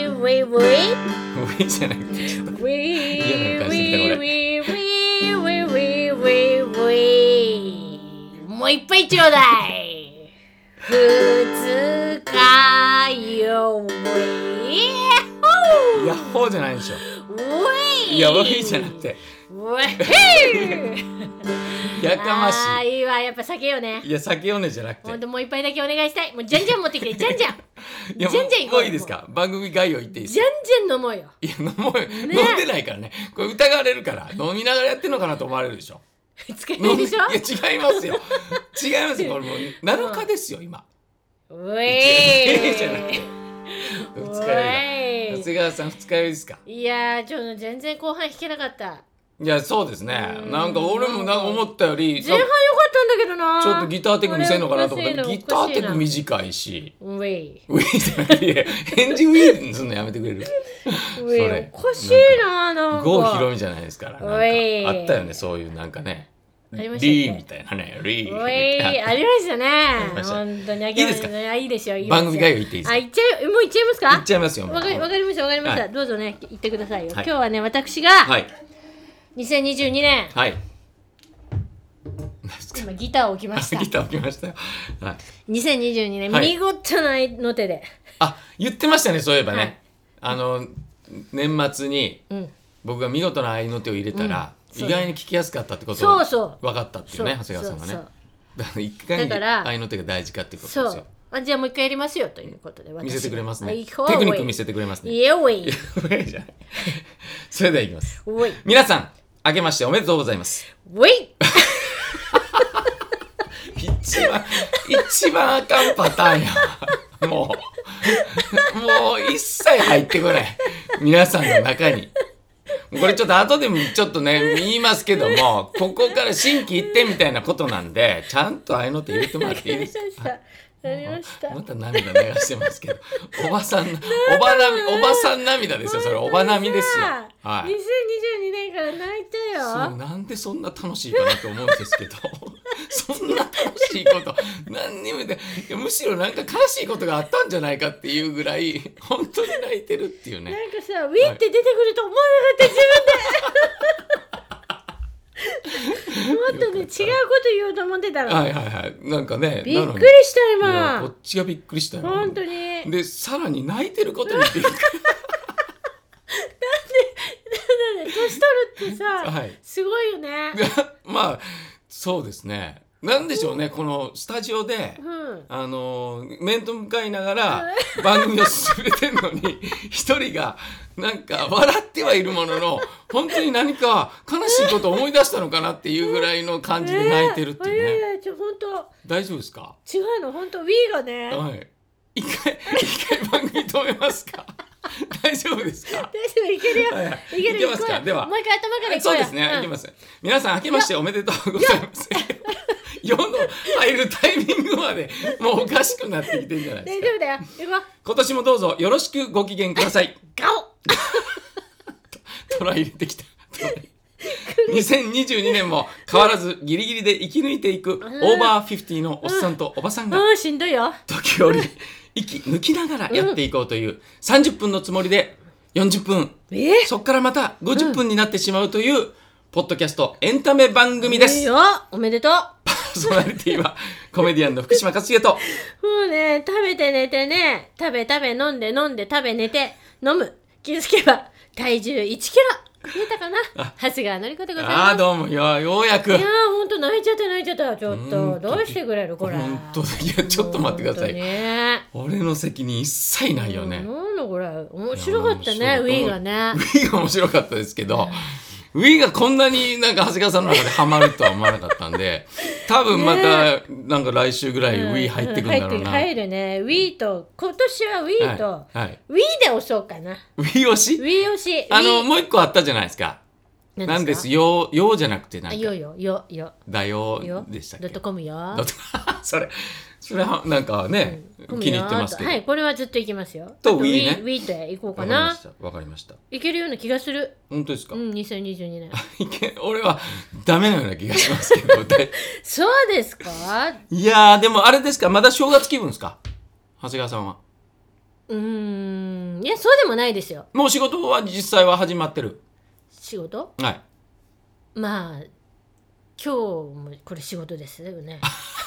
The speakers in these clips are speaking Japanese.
ウィウィウィじゃなくてちょっとウィ嫌な感じでウィウこれィウィウィウィウィウィもう一杯ちょうだい二日酔いヤッホーじゃないでしょ。 ウィいやウィじゃなくてウィやかましあーいいわやっぱ酒よねい。いや酒をねじゃなくてほんともう一杯だけお願いしたい。もうじゃんじゃん持ってきてじゃんじゃんいやじゃんじゃん行こうよもういいですか。番組概要言っていいですか。 じゃんじゃん飲もうよ。 いや飲もうよ、飲んでないからね。これ疑われるから飲みながらやってんのかなと思われるでしょ。 使えないでしょ。 いや違いますよ。違いますよ。これもう7日ですよ今。 ウェじゃなくてイ二日酔いだ。長谷川さん二日酔いですか。 いやーちょっと全然後半弾けなかった。 いやそうですね。なんか俺もなんか思ったより前半良かったんだけどな。 ちょっとギターテク見せんのかなと思ったらギターテクみ短いしウェイウィーじゃなくて返事ウィーすんのやめてくれる。 ウェイそれおかしいななんか。 郷ひろみじゃないですから。なんかウェイあったよねそういうなんかねありましたっけリーみたいなねリーウェイありましたね。 ました本当にいいですかいいですよ。いいですよ番組概要言っていいですか。 あ、もう行っちゃいますか。 言っちゃいますよもうわかりましたわかりました、 はいどうぞね言ってくださいよ、 はい今日はね私がはい 2022年、 はい今ギターを置きましたギター置きましたよ。はい 2022年、 はい見事なの手で、 あ言ってましたねそういえばね、 はい年末にうん、 僕が見事な合いの手を入れたら、 そう意外に聞きやすかったってことそうそう分かったっていうね長谷川さんがね。だからいかにだから合いの手が大事かっていうことそうですよ。 あじゃあもう一回やりますよということで見せてくれますね。 はいテクニック見せてくれますね。 イエウェイじゃないそれではいきます。 ウェイ皆さん明けましておめでとうございます。 ウェイ一番あかんパターンやもう一切入ってこない皆さんの中に。これちょっと後でもちょっとね言いますけどもここから心機一転みたいなことなんでちゃんとああいうのって入れてもらっていいですか。 なりましたまた涙流してますけどおばさん涙ですよそれおば並みですよ。はい。 2022年から泣いたよ。 なんでそんな楽しいかなと思うんですけどそんな楽しいこと何にもでむしろなんか悲しいことがあったんじゃないかっていうぐらい本当に泣いてるっていうね。 なんかさウィって出てくると思わなかった自分でっとね違うこと言おうと思ってたの。 はいはいはい。なんかね、 びっくりした今。 いやこっちがびっくりしたよ。 本当に。 でさらに泣いてることにびっくり。 年取るってさ、 はい、 すごいよね。 まあそうですね。なんでしょうね、このスタジオで、面と向かいながら番組を進めてるのに一人がなんか笑ってはいるものの本当に何か悲しいことを思い出したのかなっていうぐらいの感じで泣いてるっていうね。 本当大丈夫ですか？ 違うの、本当 Wii がね、 はい、一回番組止めますか？大丈夫ですか？ 大丈夫、いけるよ、 はいはい、 いけるいけますか？ではもう一回頭からいこうよ。 そうですね、いきます。皆さん明けましておめでとうございます。世の入るタイミングまでもうおかしくなってきてるんじゃないですか。 大丈夫だよ、行こう。 今年もどうぞよろしくご機嫌ください。 ガオトライ入れてきた。2022年も変わらずギリギリで生き抜いていくオーバー50のおっさんとおばさんがしんどいよ。 時折息抜きながらやっていこうという30分のつもりで40分、そこからまた50分になってしまうというポッドキャストエンタメ番組です。 おめでとう。 パーソナリティはコメディアンの福島克也ともうね、食べて寝てね、食べ飲んで食べ寝て飲む、気づけば体重1キロ増えたかな。長谷川のり子でございます。 どうもようやく。 いやほんと泣いちゃったちょっとどうしてくれるこれ。 本当いやちょっと待ってください、 ね、 俺の責任一切ないよね。 なんだこれ面白かったね。 Wii がね Wii が面白かったですけど、Wii がこんなになんか長谷川さんの中でハマるとは思わなかったんで多分またなんか来週ぐらい Wii 入ってくるんだろうな。 入るね。 Wii と今年は Wii と、 はい、 Wii で押そうかな。 Wii 推し Wii 推しもう一個あったじゃないですか。なんですよじゃなくてなんかよだよでしたっけ。 .com よそれはなんかね、気に入ってますけど。 はい、これはずっといきますよ。 と Wii ね。 Wii でいこうかな。 わかりました。 いけるような気がする。 本当ですか ？2022年俺はダメなような気がしますけどそうですか？ いやでもあれですか、まだ正月気分ですか長谷川さんは。 いやそうでもないですよ。 もう仕事は実際は始まってる。 仕事？ はい。 まあ今日もこれ仕事ですよね。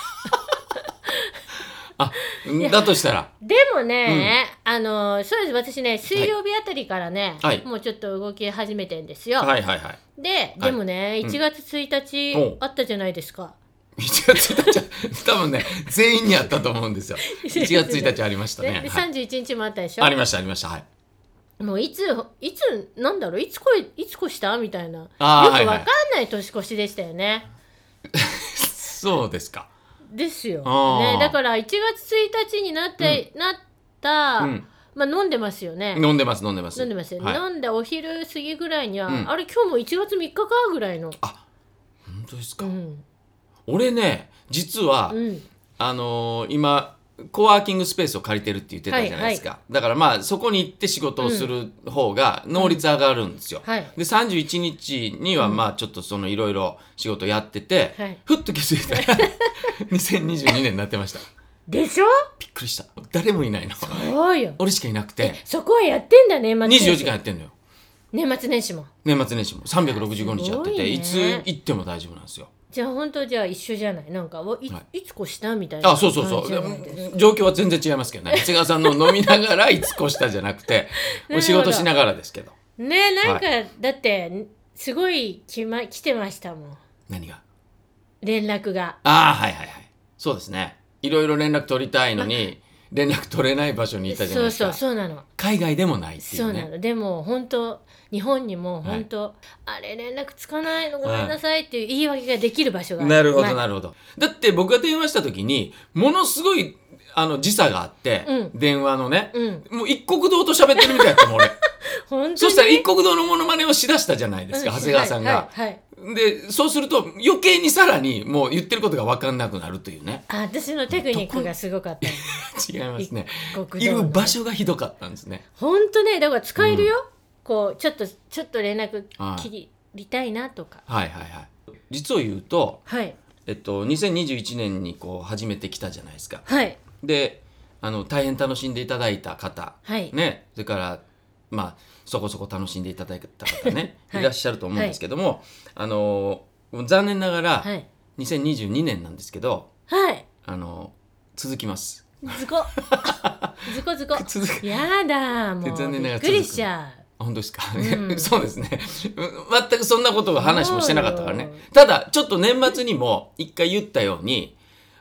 だとしたらでもね、そうです。私ね水曜日あたりからね、もうちょっと動き始めてんですよ。でもね1月1日あったじゃないですか。 1月1日多分ね全員にあったと思うんですよ。1月1日ありましたね。 で31日もあったでしょ。 ありましたはい。 もういつなんだろう、いつ越したみたいな、よくわかんない年越しでしたよね。 そうですか。 ですよ、ね、だから1月1日になった、まあ飲んでますよね。 飲んでますよね、 飲んでお昼過ぎぐらいには、あれ今日も1月3日かぐらいの。 本当ですか。俺ね実は、今コワーキングスペースを借りてるって言ってたじゃないですか、だからまあそこに行って仕事をする方が能率上がるんですよ、で31日にはまあちょっとそのいろいろ仕事やってて、ふっと気づいたら2022年になってました。 でしょ。 びっくりした。誰もいないの。 そうよ、 俺しかいなくて。 そこはやってんだね。 24時間やってんのよ。 年末年始も 365日やってて、いつ行っても大丈夫なんですよ。 じゃあ本当じゃあ一緒じゃない。なんかいつ越したみたいな。 そう状況は全然違いますけどね。長谷川さんの飲みながらいつ越したじゃなくてお仕事しながらですけどね。なんか、だってすごい来てましたもん。 何が？ 連絡が。 そうですね。いろいろ連絡取りたいのに連絡取れない場所にいたじゃないですか。 そうなの。 海外でもないっていうね。 そうなの。でも本当日本にも本当、あれ連絡つかないのごめんなさいっていう言い訳ができる場所がある。 なるほど。だって僕が電話した時にものすごい時差があって、電話のね、もう一国道と喋ってるみたいだったもん俺。 本当に？ そしたら一国道のモノマネをしだしたじゃないですか、長谷川さんが。でそうすると余計にさらにもう言ってることが分かんなくなるというね。 私のテクニックがすごかった。 違いますね。いる場所がひどかったんですね。 本当ね。だから使えるよ、こうちょっと連絡切りたいなとか。 実を言うと、2021年にこう始めてきたじゃないですか。で大変楽しんでいただいた方、ね、それからまあそこそこ楽しんでいただいた方ねいらっしゃると思うんですけども、 残念ながら、 はい 2022年なんですけど、 はい続きます。 ズコズコズコ続くやだもう残念ながらびっくりしちゃ本当ですか、 うんそうですね全くそんなことが話もしてなかったからね。 そうよただちょっと年末にも一回言ったように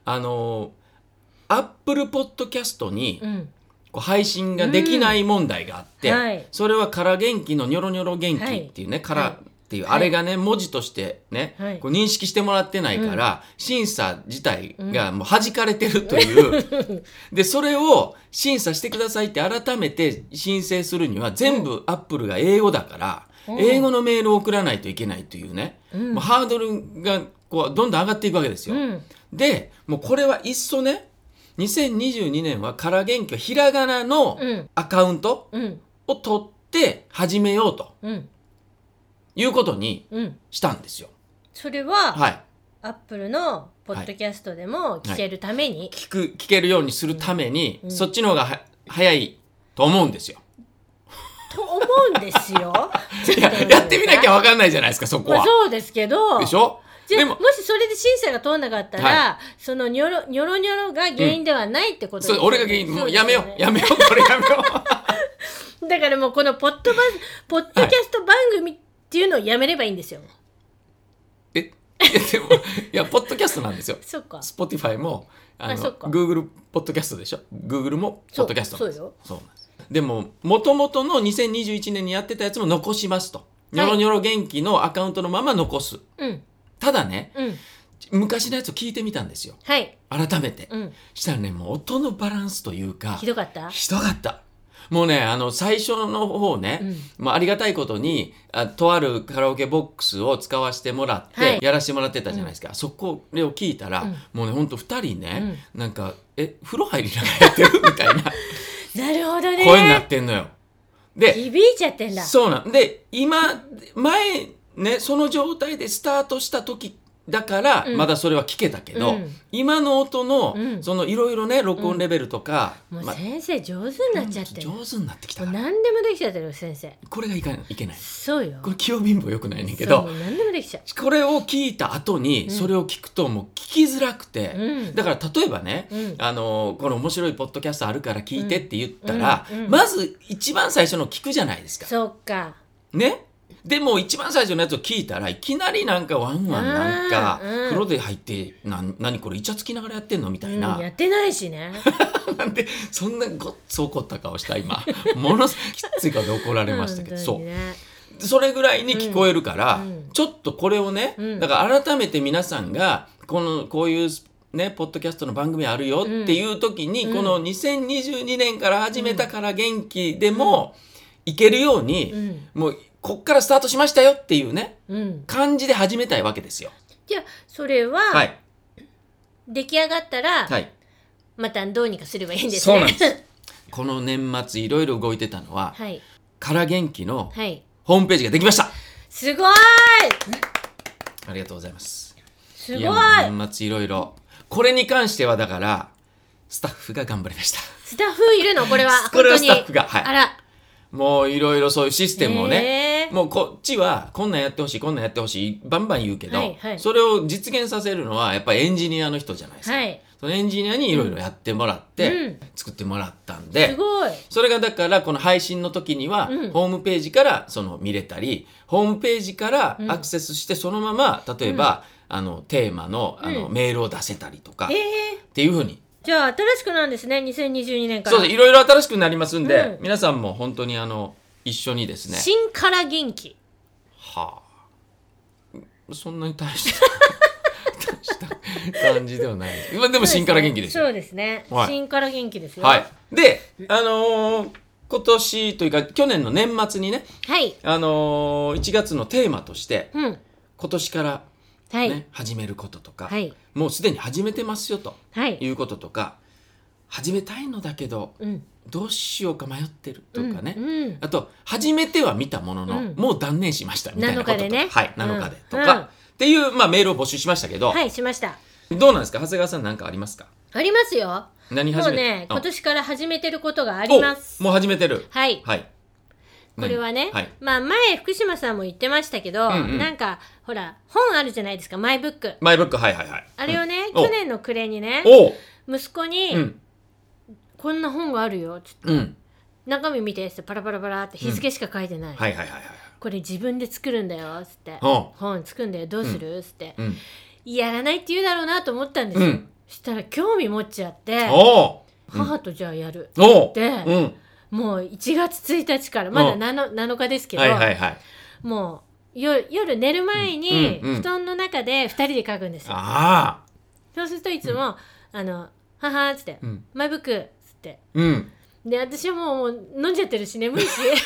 Apple Podcast にう、うんこう配信ができない問題があって、 うんはいそれはから元気のニョロニョロ元気っていうね、からはいっていう、 はいあれがね文字としてね、 はいこう認識してもらってないから、審査自体がもう弾かれてるという、でそれを審査してくださいって改めて申請するには全部 Apple が英語だから、英語のメールを送らないといけないというね、もうハードルがこうどんどん上がっていくわけですよ。 うんでもうこれはいっそね、2022年はから元気はひらがなのうんアカウントうんを取って始めようとうんいうことにうんしたんですよ。 それは、 はい。 アップルのポッドキャストでも聞けるために、 聞けるようにするために、 うんそっちの方が早いと思うんですよ。 と思うんですよいや、やってみなきゃ分かんないじゃないですか、そこは。 そうですけどでしょじゃあでももしそれで審査が通んなかったら、 はそのニョロニョロが原因ではないってことですよね、 俺が原因、もうやめよう、 そうやめよう、これやめよう。 だからもうこのポッドキャスト番組っていうのをやめればいいんですよ、 でも、いや、ポッドキャストなんですよ。 そっか Spotify も、 そっか Google ポッドキャストでしょ。Google もポッドキャストなんです。 そうよそうなんです。でも、もともとの2021年にやってたやつも残しますと。ニョロニョロ元気のアカウントのまま残す。 うんただね、 うん昔のやつを聞いてみたんですよ。 はい改めて。 うんしたらね、もう音のバランスというか、 ひどかったひどかった。もうね、最初の方ね、まあ、ありがたいことにとあるカラオケボックスを使わせてもらって、 はいやらせてもらってたじゃないですか、そこを聞いたら、もうねほんと2人ね、なんか風呂入りながらやってるみたいななるほどね声になってんのよ。で響いちゃってんだそうなんで前ねその状態でスタートした時だから、まだそれは聞けたけど、今の音の、そのいろいろね録音レベルとか、 もう先生上手になっちゃってる、 上手になってきたもうから、 何でもできちゃってる先生これがいけない。 そうよこれ器用貧乏よくないねんけどそうもう何でもできちゃうこれを聞いた後にそれを聞くともう聞きづらくて、だから例えばね、この面白いポッドキャストあるから聞いてって言ったら、まず一番最初の聞くじゃないですか。 そっかね。でも一番最初のやつを聞いたらいきなりなんかワンワンなんか風呂で入って何これイチャつきながらやってんのみたいな、 やってないしねなんでそんなごっつ怒った顔した今ものすごいきつい顔で怒られましたけど、それぐらいに聞こえるから、ちょっとこれをね、だから改めて皆さんがこういうね、ポッドキャストの番組あるよっていう時に、この2022年から始めたから元気でもいけるように、もうこっからスタートしましたよっていうね、感じで始めたいわけですよ。 じゃあそれは、出来上がったら、またどうにかすればいいんですね。 そうなんですこの年末いろいろ動いてたのは、から元気のホームページができました。 すごいありがとうございます。 すごい年末いろいろこれに関してはだからスタッフが頑張りました。 スタッフいるのこれはこれはスタッフが、 あらもういろいろそういうシステムをね、もうこっちはこんなんやってほしいこんなんやってほしいバンバン言うけど、それを実現させるのはやっぱりエンジニアの人じゃないですか、そのエンジニアにいろいろやってもらって、作ってもらったんで、 すごいそれがだからこの配信の時には、ホームページからその見れたりホームページからアクセスしてそのまま例えば、テーマの、メールを出せたりとか、っていうふうに。 じゃあ新しくなんですね2022年から。 そうです、いろいろ新しくなりますんで、皆さんも本当に一緒にですね。 新から元気。 はあ。そんなに大した感じではないです。でも新から元気ですよ。 そうですね。新から元気ですよ。 はい。で、今年というか去年の年末にね、1月のテーマとして、今年からね、始めることとか、もうすでに始めてますよということとか、始めたいのだけど、どうしようか迷ってるとかね、あと始めては見たものの、もう断念しましたみたいなこととか、7日でとか、っていう、メールを募集しましたけど、 しました。 どうなんですか長谷川さん、何かありますか？ ありますよ。 何始めもうね、今年から始めてることがあります。 もう始めてる。 はい。 これはね、 はい、 まあ前福島さんも言ってましたけど、なんかほら本あるじゃないですか、マイブック。 マイブック、はいはいはい。 あれをね、去年の暮れにね、息子に、こんな本があるよっつって、中身見てってパラパラパラって日付しか書いてない。これ自分で作るんだよっつって、本作るんだよどうするっつって、やらないって言うだろうなと思ったんですよ。そしたら興味持っちゃって、母とじゃあやるって、もう1月1日からまだ 7日ですけど、もう夜寝る前に布団の中で2人で書くんですよ。そうするといつも母っつって、マイブックっつって、で私はもう飲んじゃってるし眠いしもうね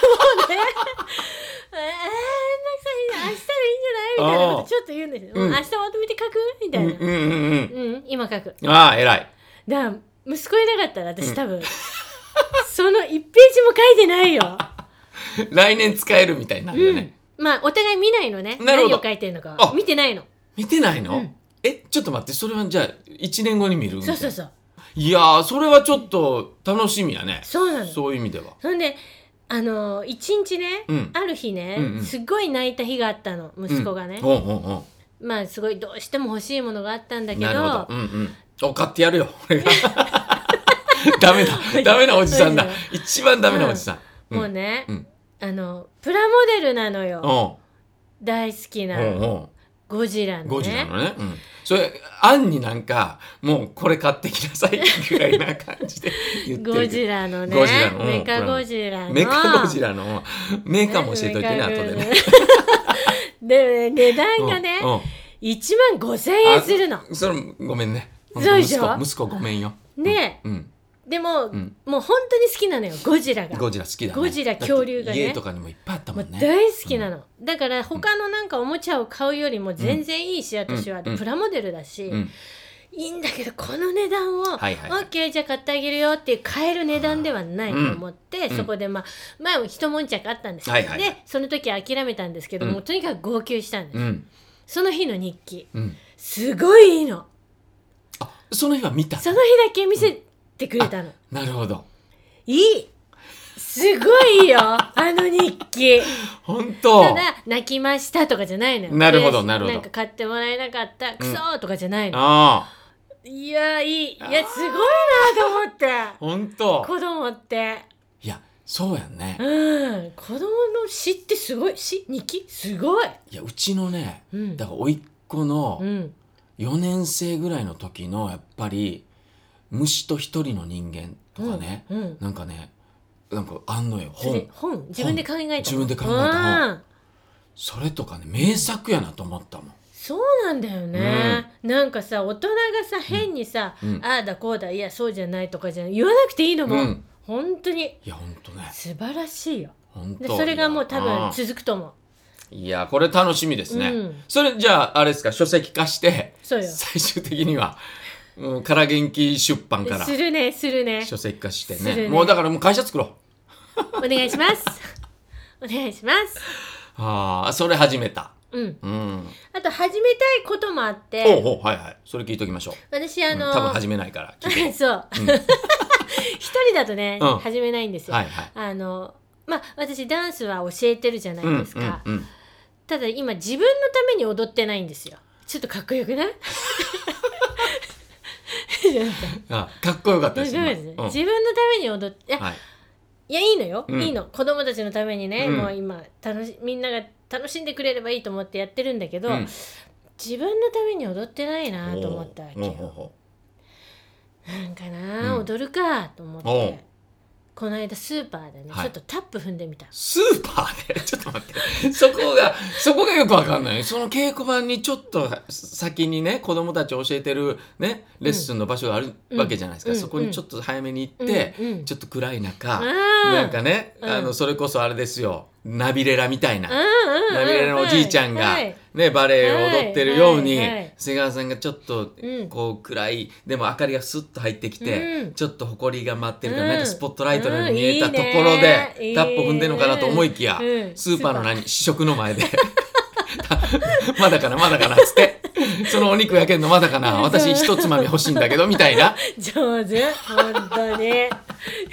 明日でいいんじゃないみたいなことちょっと言うんですよ。明日まとめて書くみたいな。今書く。 偉い。 だから息子いなかったら私多分その1ページも書いてないよ。 来年使えるみたいになるよね。 まあお互い見ないのね。何を書いてるのか見てないの。 見てないの？ちょっと待って、それはじゃあ1年後に見るみたいな。 そう。 いやー、それはちょっと楽しみやね。 そうなの。 そういう意味では。 そんで一日ね、ある日ね、すごい泣いた日があったの、息子がね。まあすごいどうしても欲しいものがあったんだけど。なるほど。買ってやるよ俺が。ダメなおじさんだ。一番ダメなおじさん。 もうね、プラモデルなのよ。大好きなゴジラのね。 それ案になんかもうこれ買ってきなさいぐらいな感じで言ってる。 ゴジラのね、メカゴジラのメーカーも教えといてね、後でね。 で値段がね、15,000円するの。 それごめんね。息子ごめんよ。 ね、でも、もう本当に好きなのよ、ゴジラが。 ゴジラ好きだね。 ゴジラ恐竜がね、 家とかにもいっぱいあったもんね。 大好きなの。だから他のなんかおもちゃを買うよりも全然いいし、私はプラモデルだし、いいんだけどこの値段を、オッケーじゃあ買ってあげるよっていう買える値段ではないと思って、そこで前も一悶着あったんですよ。でその時諦めたんですけども、とにかく号泣したんです。その日の日記、すごいいいの。 その日は見た。 その日だけ見せてくれたの。 なるほど。 いい。すごいいいよ、日記。 本当。 ただ泣きましたとかじゃないのよ。 なるほど。 なんか買ってもらえなかった、クソーとかじゃないの。いやいい。いやすごいなと思って。 本当。 子供って。 いやそうやんね。 子供の詩ってすごい。日記すごい。 いやうちのね、だから甥っ子の4年生ぐらいの時のやっぱり虫と一人の人間とかね、なんかあんのよ。 本自分で考えた。 自分で考えた本。それとかね名作やなと思ったもん。 そうなんだよね。なんかさ、大人がさ変にさ、ああだこうだ、いやそうじゃないとかじゃ言わなくていいのも。本当に。いや本当ね。 素晴らしいよ。 本当。 それがもう多分続くと思う。 いやこれ楽しみですね。それじゃああれですか、書籍化して最終的にはから元気出版からするね書籍化してね。もうだからもう会社作ろう。お願いします。お願いします。 それ始めた。 あと始めたいこともあって。 それ聞いときましょう。 私多分始めないから聞いて。 そう一人だとね始めないんですよ。私ダンスは教えてるじゃないですか。ただ今自分のために踊ってないんですよ。ちょっとかっこよくない？ かっこよかったです。 自分のために踊って、いやいいのよ、いいの。子供たちのためにね、もう今みんなが楽しんでくれればいいと思ってやってるんだけど、自分のために踊ってないなと思ったわけよ。なんかな、踊るかと思って、この間スーパーでね、ちょっとタップ踏んでみた。 スーパーでちょっと待ってそこがよくわかんない。その稽古場にちょっと先にね子供たち教えてるねレッスンの場所があるわけじゃないですか。そこにちょっと早めに行って、ちょっと暗い中、なんかね、それこそあれですよ、ナビレラみたいな、ナビレラのおじいちゃんが、ね、バレエを踊ってるように、瀬川さんがちょっとこう暗い、でも明かりがスッと入ってきて、ちょっと埃が舞ってるから、なんかスポットライトのように見えたところでタップ踏んでるのかなと思いきや、スーパーの試食の前でまだかなっつってそのお肉焼けんのまだかな、私一つまみ欲しいんだけどみたいな。 上手、本当に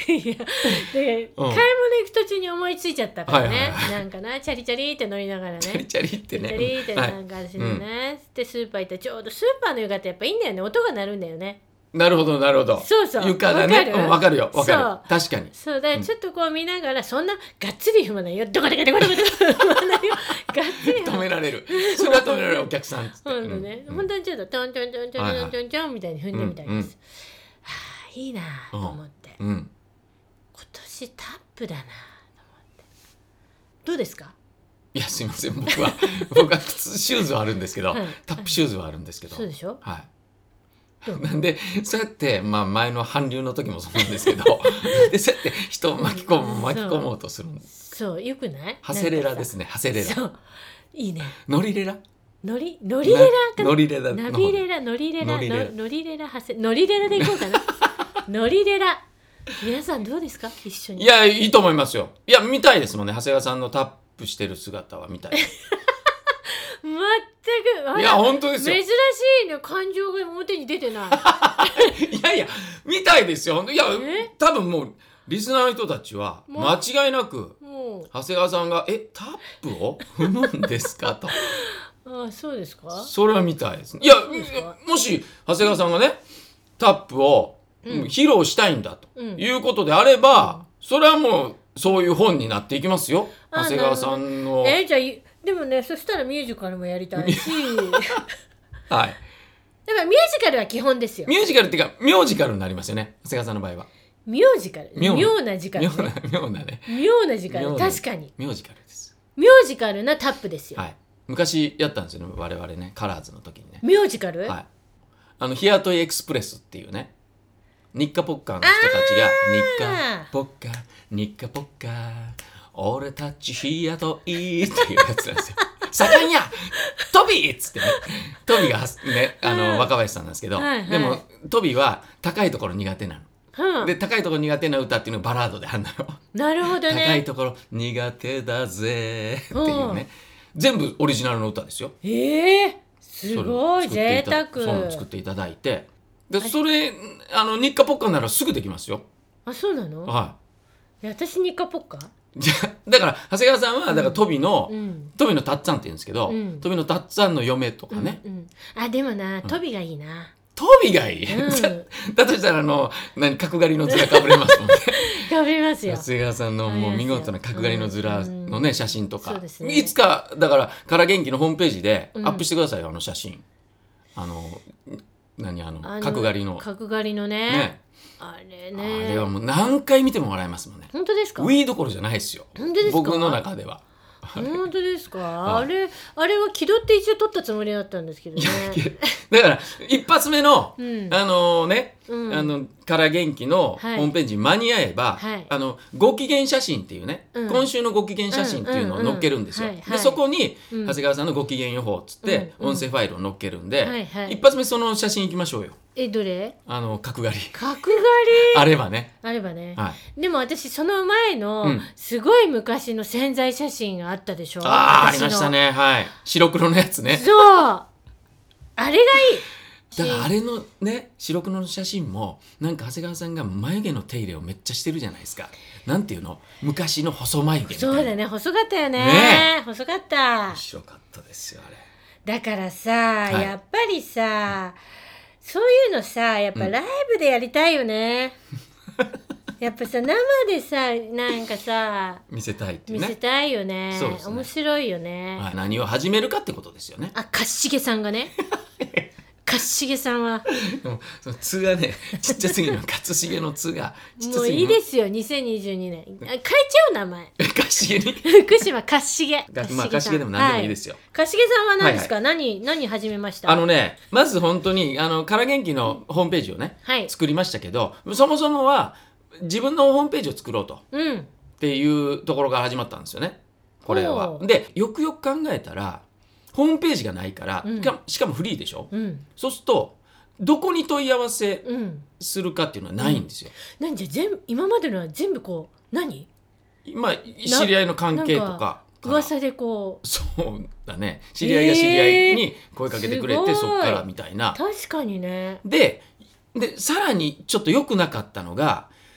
いやで、買い物行く途中に思いついちゃったからね、なんかなチャリチャリって乗りながらね、 チャリチャリってね、 チャリってなんか私のね、でスーパー行ったらちょうどスーパーの床ってやっぱいいんだよね、音が鳴るんだよね。 なるほどなるほど。 そうそう、 床がね、わかるよわかる、確かに。 そうだ、ちょっとこう見ながら、そんながっつり踏まないよ、どこでかでこでこで踏まないよ、がっつり止められる、それは止められる、お客さんっつって。 ほんとね、本当にちょっとトントントントントントントンみたいに踏んでみたいです。はあ、いいなと思って、今年タップだなと思って。どうですか？ いや、すいません、僕は靴シューズはあるんですけど、タップシューズはあるんですけど。 そうでしょ。 はい。なんでそうやって、前の韓流の時もそうなんですけどでそうやって人を巻き込もうとするんです。 そう、よくない？ ハセレラですね、ハセレラ。 そう、いいね。 ノリレラ、 ノリレラかな、 ノリレラ、 ナビレラ、ノリレラ、ノリレラ、ノリレラでいこうかなノリレラ、皆さんどうですか？一緒に。 いや、いいと思いますよ。いや、見たいですもんね、長谷川さんのタップしてる姿は見たい全く、 いや本当ですよ、 珍しいね、感情が表に出てないいやいや、見たいですよ。いや、多分もうリスナーの人たちは間違いなく長谷川さんがタップを踏むんですかとあ、そうですか？ それは見たいですね。いや、もし長谷川さんがねタップを披露したいんだということであれば、それはもうそういう本になっていきますよ、長谷川さんの。 じゃあでもね、そしたらミュージカルもやりたいしはい、だからミュージカルは基本ですよ。 ミュージカルっていうかミュージカルになりますよね、長谷川さんの場合は。 ミュージカル、妙な時間ね、 妙なね、 妙な時間、確かにミュージカルです。 ミュージカルなタップですよ。 はい、昔やったんですよね、我々ね、カラーズの時にね。 ミュージカル、 はい、日雇いエクスプレスっていうね、日課ポッカーの人たちが日課ポッカー日課ポッカー俺たち日雇いっていうやつなんですよ盛んやトビーっつってね、トビがね、若林さんなんですけど、でもトビは高いところ苦手なの、で高いところ苦手な歌っていうのがバラードであるのよ。 なるほどね。 高いところ苦手だぜっていうね、全部オリジナルの歌ですよ。 すごい贅沢。 そう作っていただいて、でそれ日課ポッカならすぐできますよ。 あ、そうなの？ はい。 私日課ポッカ？ だから長谷川さんはだからトビのたっつぁんって言うんですけど、トビのたっつぁんの嫁とかね。 あ、でもな、トビがいいな。 トビがいい。だとしたら角刈りの面かぶれますもんね。 かぶれますよ。 長谷川さんのもう見事な角刈りの面のね写真とか、いつかだからから元気のホームページでアップしてくださいよ、写真。角刈りのね。あれはもう何回見ても笑えますもんね。 本当ですか？ ウィーどころじゃないですよ。 本当ですか？ 僕の中では。 本当ですか？あれは気取って一応撮ったつもりだったんですけどね。 だから一発目のから元気のホームページに間に合えば、ご機嫌写真っていうね、今週のご機嫌写真っていうのを載っけるんですよ。でそこに長谷川さんのご機嫌予報っつって音声ファイルを載っけるんで、一発目その写真いきましょうよ。 どれ？ 角刈りあればね。 でも私その前のすごい昔の宣材写真があったでしょ。 ありましたね。はい、白黒のやつね。 そう、あれがいい。 だからあれのね白黒の写真もなんか長谷川さんが眉毛の手入れをめっちゃしてるじゃないですか。なんていうの、昔の細眉毛みたいな。 そうだね、細かったよね。細かった。 面白かったですよあれ。 だからさ、やっぱりさ、そういうのさ、やっぱライブでやりたいよね。やっぱさ、生でさ、なんかさ見せたいっていうね。 見せたいよね。面白いよね。 何を始めるかってことですよね。 かっしげさんがねかっしげさんはその「つ」がねちっちゃすぎるの。かつしげの「つ」がちっちゃすぎる。もういいですよ、2022年変えちゃう名前。 かっしげに福島かっしげ。 かっしげでも何でもいいですよ。 かっしげさんは何ですか？何始めました？ まず本当にから元気のホームページをね作りましたけど、そもそもは自分のホームページを作ろうとっていうところから始まったんですよね、これは。でよくよく考えたらホームページがないから、しかもフリーでしょ、そうするとどこに問い合わせするかっていうのはないんですよ。 なんじゃ今までのは全部こう何？ 知り合いの関係とか噂でこう。 そうだね、知り合いが知り合いに声かけてくれて、そっからみたいな。 確かにね。 でさらにちょっと良くなかったのが、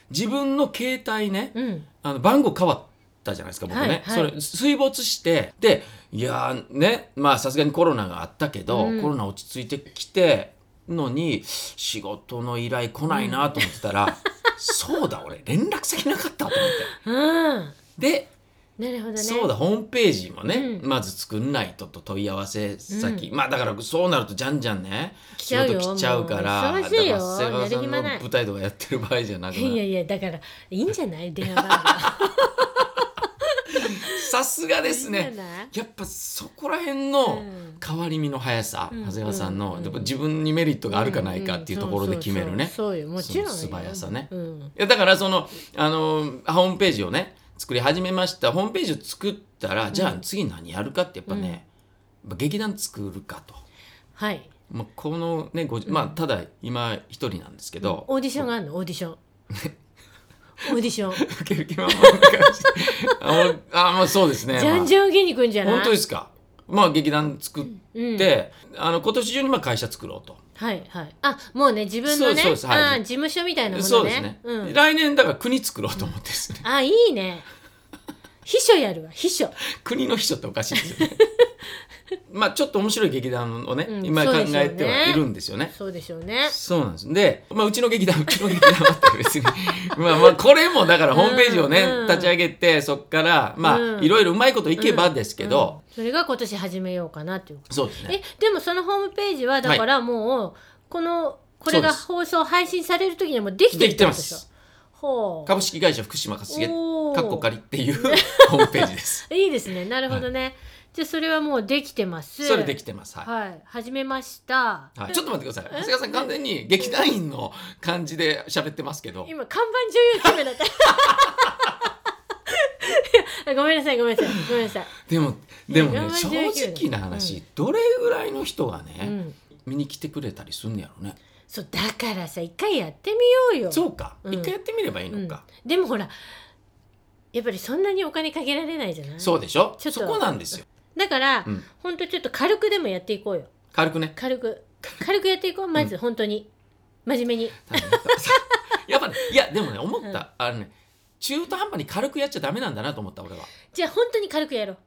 自分の携帯ね、番号変わったじゃないですか僕ね、それ水没して、でいやね、まあさすがにコロナがあったけど、コロナ落ち着いてきてのに仕事の依頼来ないなと思ってたら、そうだ俺連絡先なかったと思って、でなるほどね、 そうだホームページもね、まず作んないと問い合わせ先、まあだからそうなるとじゃんじゃんね仕事来ちゃうから、だから瀬川さんの舞台とかやってる場合じゃなくなる。 いやだからいいんじゃない電話番号さすがですね。やっぱそこら辺の変わり身の速さ、長谷川さんのやっぱ自分にメリットがあるかないかっていうところで決めるね、 そうよもちろん素早さね、いやだからそのホームページをね作り始めました。ホームページを作ったら、じゃあ次何やるかってやっぱね、劇団作るかと。 はい。 まあ、このね、まあただ今一人なんですけど、 オーディションがあるの？オーディションオーディション受ける気満々な感じまあそうですね、 じゃんじゃん受けに行くんじゃない？ 本当ですか。まあ劇団作って、今年中にまあ会社作ろうと。 はいはい。もうね自分のね、事務所みたいなものね。 そうですね、来年だから国作ろうと思ってですね、 いいね。秘書やるわ、秘書。 国の秘書っておかしいですよねまあちょっと面白い劇団をね、今考えてはいるんですよね。 そうでしょうね。 そうなんです。で、まあうちの劇団はって別にまあこれもだからホームページをね、立ち上げて、そっからまあいろいろうまいこといけばですけど、 それが今年始めようかなっていう。 そうですね。 でもそのホームページはだからもうこれが放送配信される時にはもうできてるってことでしょ。 株式会社福島勝重かっこかりっていうホームページです。 いいですね。なるほどね。じゃあそれはもうできてます。 それできてます。 はい。始めました。 ちょっと待ってください。長谷川さん完全に劇団員の感じで喋ってますけど。 今看板女優決めだった。ごめんなさい。でもね、正直な話、どれぐらいの人がね、見に来てくれたりすんのやろね。 そうだからさ、一回やってみようよ。 そうか、一回やってみればいいのか。 でもほらやっぱりそんなにお金かけられないじゃない。 そうでしょ。そこなんですよ。 だからほんとちょっと軽くでもやっていこうよ。軽くやっていこう。まず本当に真面目にやっぱね、いやでもね思った、中途半端に軽くやっちゃダメなんだなと思った俺は。 じゃあ本当に軽くやろう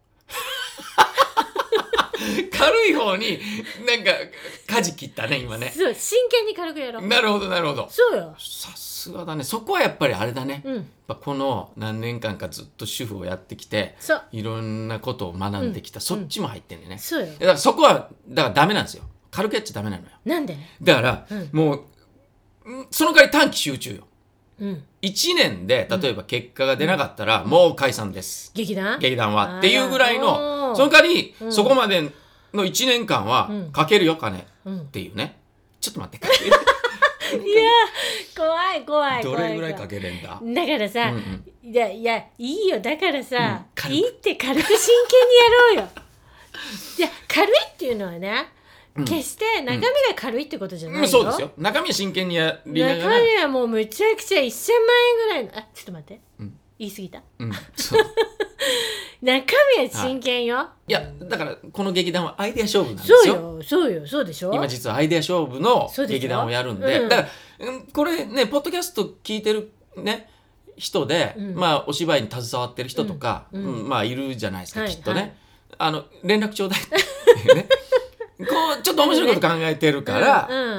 軽い方になんか舵切ったね今ね。 そう、真剣に軽くやろう。 なるほどそうよ。 さすがだね。そこはやっぱりあれだね、この何年間かずっと主婦をやってきていろんなことを学んできた、そっちも入ってんだよね。 そうよ。 だからそこはだからダメなんですよ。軽くやっちゃダメなのよ。 なんで？ だから、もうその代わり短期集中よ。1年で例えば結果が出なかったら、もう解散です。劇団はっていうぐらいの、その代わり、そこまでの1年間はかけるよ金っていうね。ちょっと待って、かけるいや怖い。 どれぐらいかけれんだ。 だからさ、いやいいよ。だからさ、いいって軽く真剣にやろうよ。いや軽いっていうのはね、決して中身が軽いってことじゃないよ。 そうですよ。中身は真剣にやりながら。 中身はもうむちゃくちゃ1000万円ぐらいの。ちょっと待って。言い過ぎた。中身は真剣よ。 いやだからこの劇団はアイデア勝負なんですよ。 そうでしょ。 今実はアイデア勝負の劇団をやるんで、だからこれねポッドキャスト聞いてるね人で、まあお芝居に携わってる人とか、まあいるじゃないですか、きっとね。連絡ちょうだいっていうね。こうちょっと面白いこと考えてるから、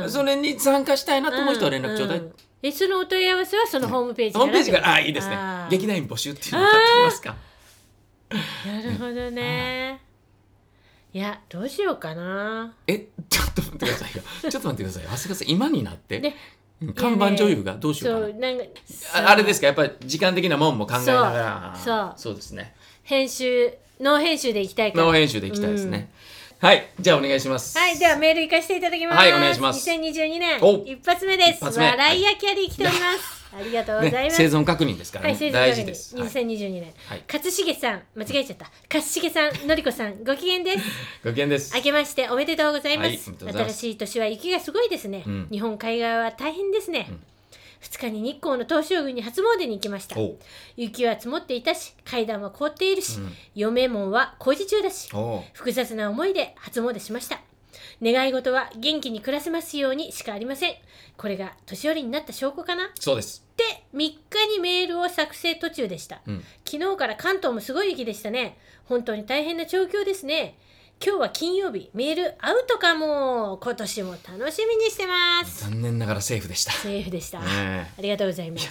それに参加したいなと思う人は連絡ちょうだい。 そのお問い合わせはそのホームページから。 ホームページから、いいですね。劇団員募集っていうのをやってみますか。 なるほどね。いやどうしようかな。 ちょっと待ってくださいよ。長谷川さん今になって看板女優がどうしようかな。あれですか、やっぱり時間的なもんも考えながら。そうですね。 ノー編集でいきたいから。 ノー編集でいきたいですね。はい、じゃあお願いします。 はい、ではメール行かせていただきます。 はい、お願いします。 2022年一発目です。笑いやキャリー来ております。ありがとうございます。 生存確認ですからね。大事です。 2022年。勝重さん、間違えちゃった。勝重さん、のりこさん、ご機嫌です。 ご機嫌です。 明けましておめでとうございます。新しい年は雪がすごいですね。日本海側は大変ですね。2日に日光の東照宮に初詣に行きました。雪は積もっていたし、階段は凍っているし、嫁門は工事中だし、複雑な思いで初詣しました。 願い事は元気に暮らせますようにしかありません。これが年寄りになった証拠かな。 そうです。 で、3日にメールを作成途中でした。昨日から関東もすごい雪でしたね。本当に大変な状況ですね。今日は金曜日、メールアウトかも。今年も楽しみにしてます。 残念ながらセーフでした。 セーフでした。ありがとうございます。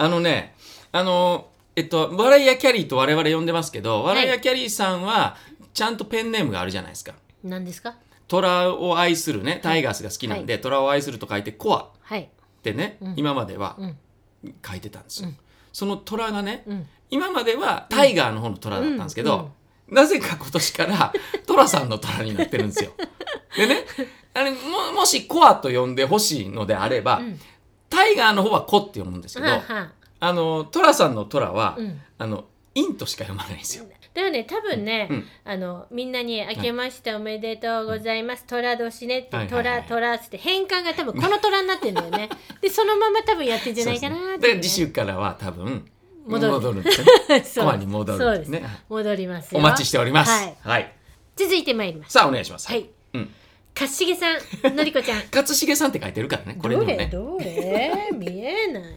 笑いやキャリーと我々呼んでますけど、笑いやキャリーさんはちゃんとペンネームがあるじゃないですか。 何ですか？ 虎を愛するね、タイガースが好きなんで、虎を愛すると書いてコアってね、今までは書いてたんですよ。その虎がね、今まではタイガーの方の虎だったんですけど、なぜか今年から虎さんの虎になってるんですよ。でね、もしコアと呼んでほしいのであれば、タイガーの方はコって読むんですけど、虎さんの虎は、インとしか読まないんですよ。 だよね、多分ね、みんなに明けましておめでとうございます、虎年ねって、虎って変換が多分この虎になってるんだよね。でそのまま多分やってんじゃないかなって、ね、 で次週からは多分戻るんですね。コアに戻るんですね。 戻りますよ。 お待ちしております。はい。 続いてまいります。 さあお願いします。 はい。かしげさん、のりこちゃん。 かつしげさんって書いてるからね。これにもね。 どれ見えない。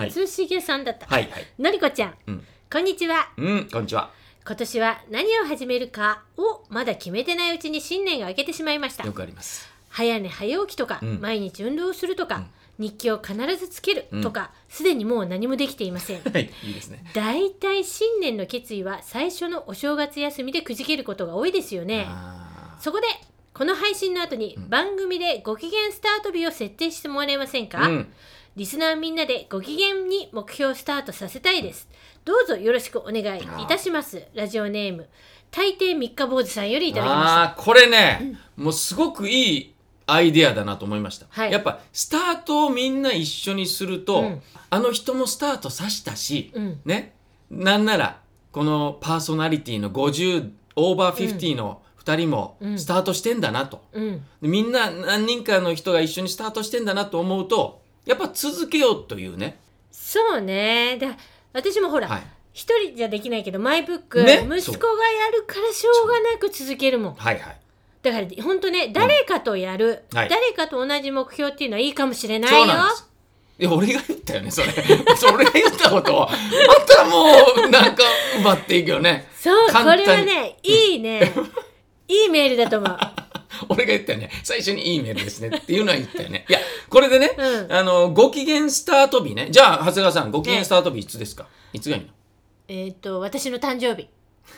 かつしげさんだった。 はい。 のりこちゃん。こんにちは。 こんにちは。 今年は何を始めるかをまだ決めてないうちに新年が明けてしまいました。 よくあります。 早寝早起きとか、毎日運動するとか、日記を必ずつけるとか、すでにもう何もできていません。 はい、いいですね。 だいたい新年の決意は最初のお正月休みでくじけることが多いですよね。そこでこの配信の後に番組でご機嫌スタート日を設定してもらえませんか？リスナーみんなでご機嫌に目標スタートさせたいです。どうぞよろしくお願いいたします。ラジオネーム大抵三日坊主さんよりいただきました。 これね、もうすごくいいアイデアだなと思いました。やっぱスタートをみんな一緒にすると、あの人もスタートさしたし、ね、なんならこのパーソナリティの50オーバー50の2人もスタートしてんだなと、でみんな何人かの人が一緒にスタートしてんだなと思うと、やっぱ続けようというね。 そうね。私もほら、一人じゃできないけどマイブック、息子がやるからしょうがなく続けるもん。だから本当ね、誰かとやる、誰かと同じ目標っていうのはいいかもしれないよ。そうなんです。 いや、俺が言ったよね、それ。俺が言ったことをまたもうなんか奪っていくよね。 そう、これはね、いいね。いいメールだと思う。 俺が言ったよね、最初にいいメールですねっていうのは言ったよね。いや、これでね、ご機嫌スタート日ね。じゃあ長谷川さん、ご機嫌スタート日いつですか？いつがいいの？私の誕生日。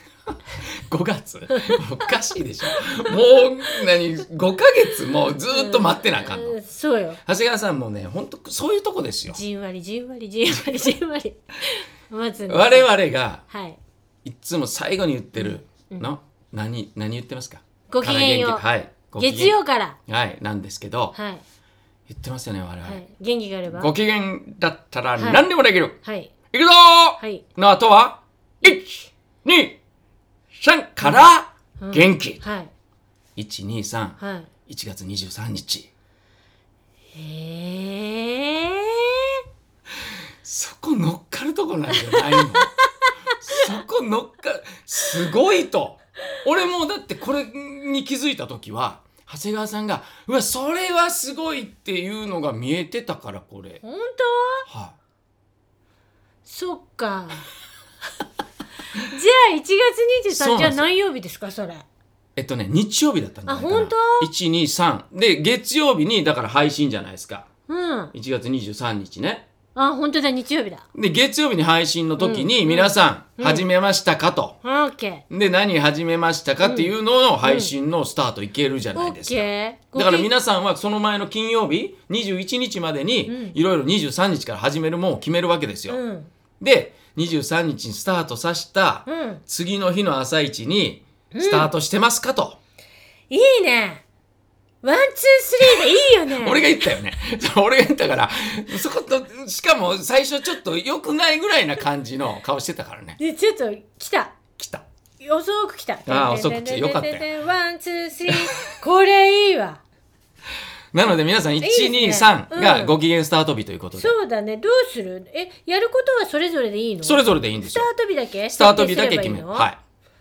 5月おかしいでしょ。もう5ヶ月もずっと待ってなあかんの。 そうよ。 長谷川さんもね、本当そういうとこですよ。 じんわりまず、ね、 我々がいつも最後に言ってるの、何言ってますか？ ご機嫌よ。月曜からなんですけど、言ってますよね、我々。 元気があればご機嫌だったら何でもできる。いくぞーの後は1、2、3から元気。1、2、3、1月23日。そこ乗っかるとこなんじゃないの？そこ乗っかる。すごいと。俺もだってこれに気づいた時は、長谷川さんがうわそれはすごいっていうのが見えてたから。これ本当？そっか。じゃあ1月23日は何曜日ですか？それ日曜日だったんだ。 本当 ？1、2、3で月曜日にだから配信じゃないですか。1月23日ね。 本当だ、日曜日だ。 で月曜日に配信の時に皆さん始めましたかと、で何始めましたかっていうのの配信のスタートいけるじゃないですか。だから皆さんはその前の金曜日21日までにいろいろ23日から始めるもんを決めるわけですよ。で23日にスタートさせた次の日の朝一にスタートしてますかと。 いいね。1、2、3でいいよね。 俺が言ったよね。俺が言ったからそことしかも最初ちょっと良くないぐらいな感じの顔してたからね。 でちょっと来た遅く来た。 遅く来てよかったよ。 1、2、3これいいわ。 なので皆さん1、2、3がご機嫌スタート日ということで。 そうだね。どうする？やることはそれぞれでいいの？ それぞれでいいんですよ。 スタート日だけ？ スタート日だけ決める。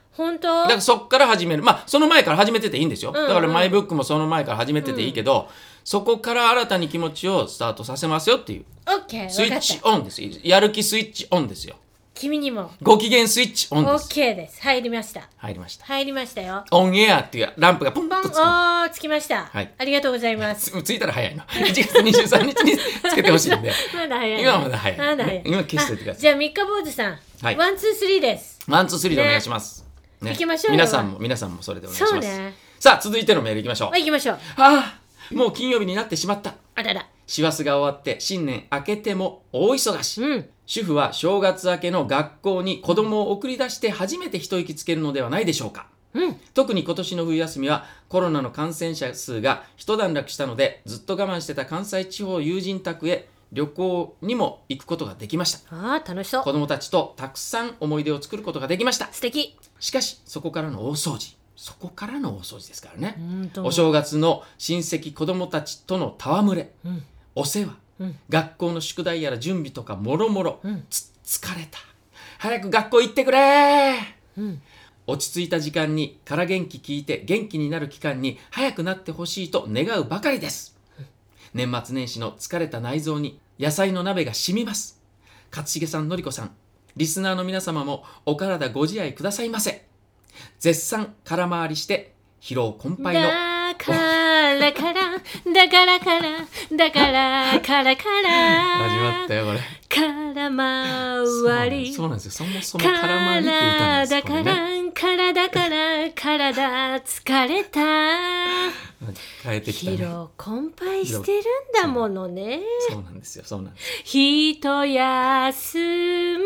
本当？ だからそっから始める。まあその前から始めてていいんですよ、だからマイブックもその前から始めてていいけど、そこから新たに気持ちをスタートさせますよっていう。 OK、 スイッチオンですよ。やる気スイッチオンですよ。 君にもご機嫌スイッチオンです。 OK です。入りました。 入りました。 入りましたよ。 オンエアっていうランプがポンとつく。 つきました、 はい、 ありがとうございます。 ついたら早いの。1月23日につけてほしいんでまだ早い。 今はまだ早い。 まだ早い。 今消しておいてください。 じゃあ三日坊主さん、はい、ワンツースリーです。 ワンツースリーでお願いします、 行きましょう。 皆さんもそれでお願いします。 そうね。 さあ続いてのメールいきましょう。 はい、行きましょう。 もう金曜日になってしまった。 あらら。 師走が終わって新年明けても大忙し、主婦は正月明けの学校に子供を送り出して初めて一息つけるのではないでしょうか。特に今年の冬休みはコロナの感染者数が一段落したので、ずっと我慢してた関西地方友人宅へ旅行にも行くことができました。 楽しそう。 子供たちとたくさん思い出を作ることができました。 素敵。 しかしそこからの大掃除ですからね。お正月の親戚子供たちとの戯れ、お世話、学校の宿題やら準備とかもろもろ、疲れた。早く学校行ってくれ、落ち着いた時間にから元気聞いて元気になる期間に早くなってほしいと願うばかりです。年末年始の疲れた内臓に野菜の鍋が染みます。勝重さん、のりこさん、リスナーの皆様もお体ご自愛くださいませ。絶賛空回りして疲労困憊のだから始まったよこれ。 空回り。 そうなんですよ。そもそも空回りって歌なんですこれね。 体疲れた。 変えてきたね。 疲労困憊してるんだものね。 そうなんですよ。 一休み。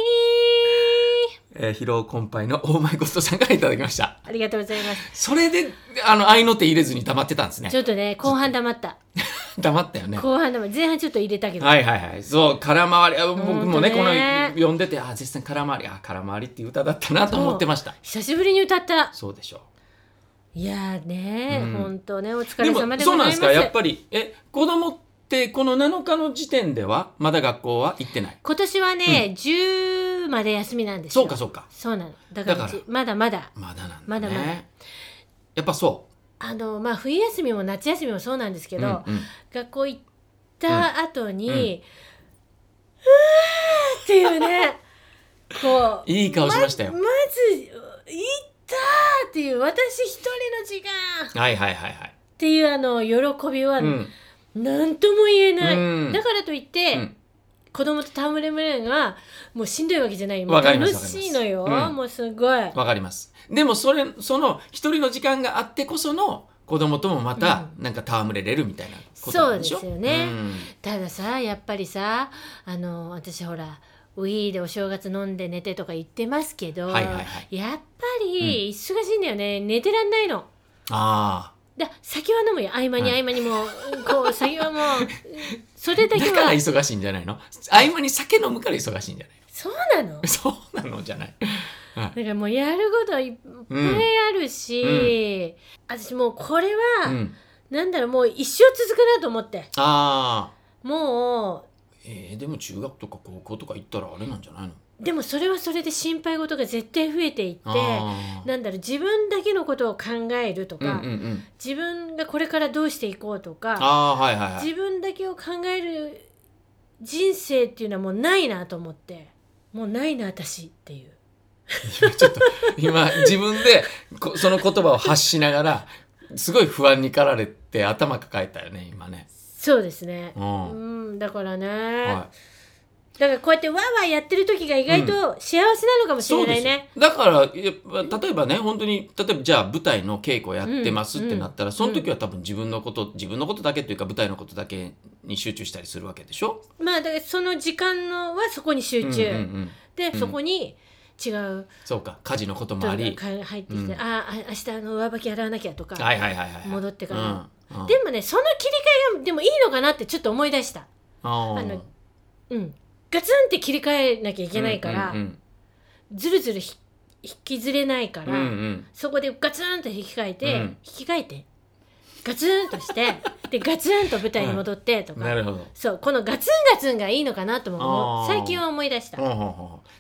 疲労困憊のオーマイゴッドさんからいただきました。 ありがとうございます。 それで愛の手入れずに黙ってたんですね。 ちょっとね、後半黙った黙ったよね。 後半黙った。前半ちょっと入れたけど。 そう、空回り。僕もね、この読んでて、絶賛空回り、空回りっていう歌だったなと思ってました。 久しぶりに歌った。 そうでしょう。 いやね、本当ね、お疲れ様でございます。 そうなんですか。やっぱり子供ってこの7日の時点ではまだ学校は行ってない。 今年はね、10まで休みなんですよ。 そうか。 そうなの。だからまだなんだね。 やっぱそう。 冬休みも夏休みもそうなんですけど、学校行った後に、っていうね、こういい顔しましたよ。 まず行ったっていう、私一人の時間っていう喜びは何とも言えない。だからといって、子供と戯れるのがもうしんどいわけじゃない。楽しいのよ。もうすごいわかります。でもその一人の時間があってこその子供ともまたなんか戯れれるみたいなことなんでしょ。 そうですよね。たださ、やっぱりさ、私ほらウィーでお正月飲んで寝てとか言ってますけど、やっぱり忙しいんだよね。寝てらんないの。酒は飲むよ。合間にもこう酒はもうそれだけは。 だから忙しいんじゃないの。合間に酒飲むから忙しいんじゃない。 そうなの。 そうなのじゃない。 だからもうやることいっぱいあるし、私もうこれは、なんだろう、もう一生続くなと思って。もうでも中学とか高校とか行ったらあれなんじゃないの。 でもそれはそれで心配事が絶対増えていって、なんだろう、自分だけのことを考えるとか、自分がこれからどうしていこうとか、自分だけを考える人生っていうのはもうないなと思って、もうないな私っていう。 ちょっと今自分でその言葉を発しながらすごい不安に駆られて頭抱えたよね今ね。 そうですね。だからね。だからこうやってワーワーやってる時が意外と幸せなのかもしれないね。 だから例えばね、本当に例えばじゃあ舞台の稽古やってますってなったら、その時は多分自分のことだけというか舞台のことだけに集中したりするわけでしょ。 だからその時間のはそこに集中、でそこに違う、 そうか、家事のこともあり入ってきて、明日上履き洗わなきゃとか、戻ってから、でもね、その切り替えがでもいいのかなってちょっと思い出した。ガツンって切り替えなきゃいけないから、ずるずる引きずれないから、そこでガツンと引き換えて、ガツンとしてでガツンと舞台に戻ってとか、 なるほど。 そう、このガツンガツンがいいのかなとも最近は思い出した。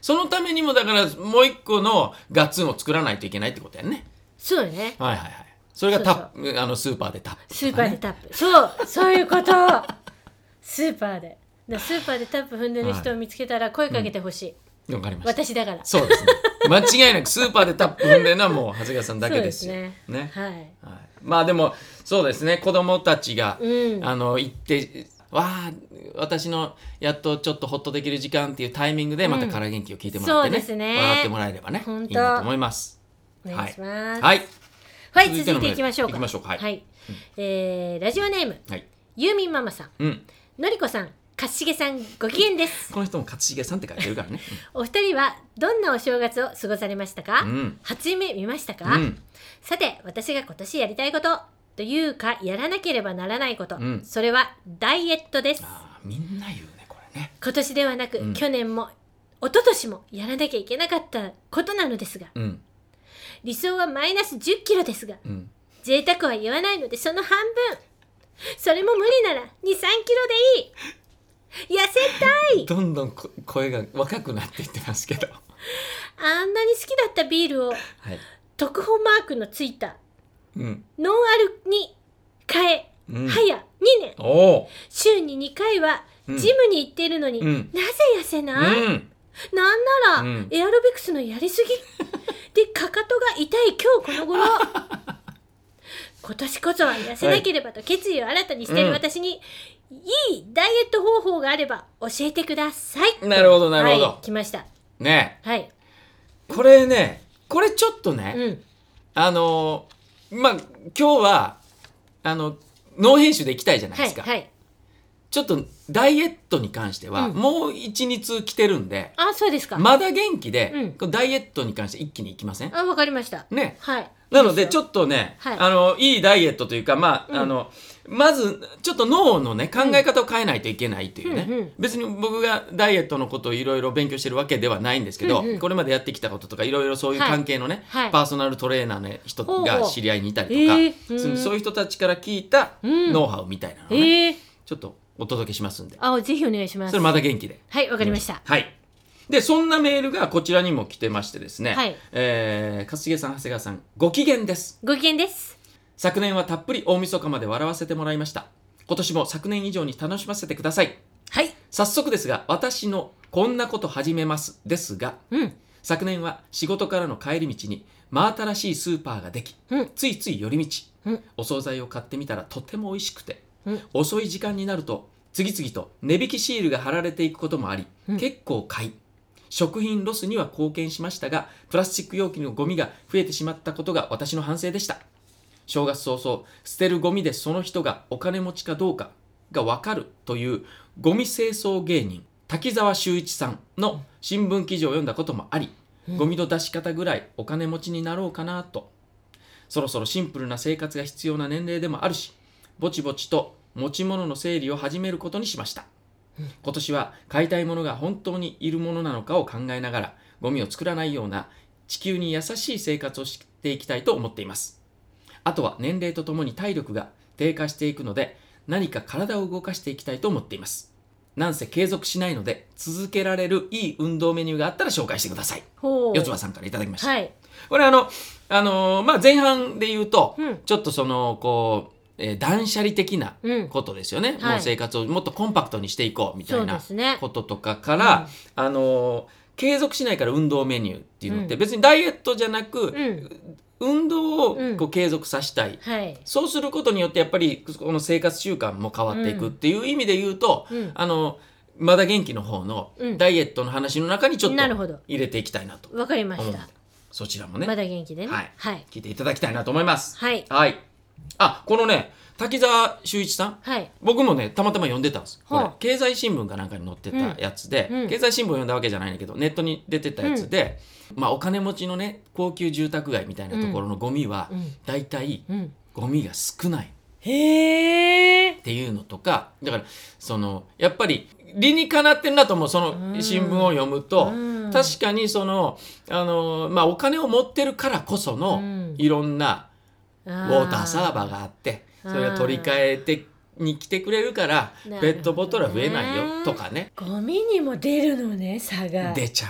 そのためにもだからもう一個のガツンを作らないといけないってことやね。 そうよね。 はいはいはい。それがスーパーでタップ、ね、 スーパーでタップ、そういうことスーパーでタップ踏んでる人を見つけたら声かけてほしい、 わかりました。 私だから。 そうですね。間違いなくスーパーでタップ踏んでるのはもう長谷川さんだけですよ。 そうですね。はい。 まあでもそうですね。子供たちが、行ってわあ私のやっとちょっとホッとできる時間っていうタイミングでまたから元気を聞いてもらってね、 そうですね、 笑ってもらえればねいいなと思います。 お願いします。 はい。 はい、続いていきましょうか。 はい。 はい。ラジオネーム、ユーミンママさん、のりこさん、かっしげさん、ご機嫌です。 この人もかっしげさんって書いてるからね。 お二人はどんなお正月を過ごされましたか？初夢見ましたか？さて、私が今年やりたいことというかやらなければならないこと、それはダイエットです。 みんな言うねこれね。 今年ではなく、去年も一昨年もやらなきゃいけなかったことなのですが、理想はマイナス10キロですが、贅沢は言わないのでその半分、それも無理なら2、3キロでいい。痩せたい。 どんどん声が若くなっていってますけど、 あんなに好きだったビールを、特保マークのついた、ノンアルに変え、早2年、週に2回はジムに行っているのに、なぜ痩せない？なんなら、エアロビクスのやりすぎでかかとが痛い今日この頃今年こそは痩せなければと決意を新たにしている私に、いいダイエット方法があれば教えてください。 なるほどなるほど、 来ましたね。 はい。 これちょっとね、まあ今日はノー編集でいきたいじゃないですか。ちょっとダイエットに関しては、もう1、2通来てるんで、 そうですか。 まだ元気で、ダイエットに関して一気にいきません？ わかりましたね。 はい。 なのでちょっとね、いいダイエットというか、まずちょっと脳のね考え方を変えないといけないというね、別に僕がダイエットのことをいろいろ勉強してるわけではないんですけど、これまでやってきたこととかいろいろそういう関係のね、パーソナルトレーナーの人が知り合いにいたりとか、そういう人たちから聞いたノウハウみたいなのをね、ちょっとお届けしますんで、 ぜひお願いします。 それまだ元気で。 はい、わかりました。 はい。でそんなメールがこちらにも来てましてですね、かすげさん、長谷川さん、ご機嫌です。 ご機嫌です。 昨年はたっぷり大晦日まで笑わせてもらいました。今年も昨年以上に楽しませてください。 はい。 早速ですが、私のこんなこと始めますですが、昨年は仕事からの帰り道に真新しいスーパーができ、ついつい寄り道、お惣菜を買ってみたらとても美味しくて、遅い時間になると次々と値引きシールが貼られていくこともあり、結構買い、食品ロスには貢献しましたが、プラスチック容器のゴミが増えてしまったことが私の反省でした。正月早々、捨てるゴミでその人がお金持ちかどうかが分かるというゴミ清掃芸人滝沢秀一さんの新聞記事を読んだこともあり、ゴミの出し方ぐらいお金持ちになろうかなと。そろそろシンプルな生活が必要な年齢でもあるし、ぼちぼちと持ち物の整理を始めることにしました。今年は買いたいものが本当にいるものなのかを考えながら、ゴミを作らないような地球に優しい生活をしていきたいと思っています。あとは年齢とともに体力が低下していくので、何か体を動かしていきたいと思っています。なんせ継続しないので、続けられるいい運動メニューがあったら紹介してください。四つ葉さんからいただきました。これ前半で言うと、ちょっと断捨離的なことですよね。もう生活をもっとコンパクトにしていこうみたいなこととかから、継続しないから運動メニューっていうのって、別にダイエットじゃなく、運動を継続させたい、そうすることによってやっぱりこの生活習慣も変わっていくっていう意味で言うと、まだ元気の方のダイエットの話の中にちょっと入れていきたいなと。 わかりました。 そちらもね、 まだ元気でね、 聞いていただきたいなと思います。 はい。 このね、滝沢秀一さん、僕もねたまたま読んでたんです。これ経済新聞かなんかに載ってたやつで、経済新聞を読んだわけじゃないんだけど、ネットに出てたやつで、お金持ちのね高級住宅街みたいなところのゴミは、だいたいゴミが少ないっていうのとか、だからやっぱり理にかなってんだと思う。その新聞を読むと、確かにお金を持ってるからこそのいろんなウォーターサーバーがあって、それが取り替えてに来てくれるからペットボトルは増えないよとかね。 ゴミにも出るのね、差が出ちゃう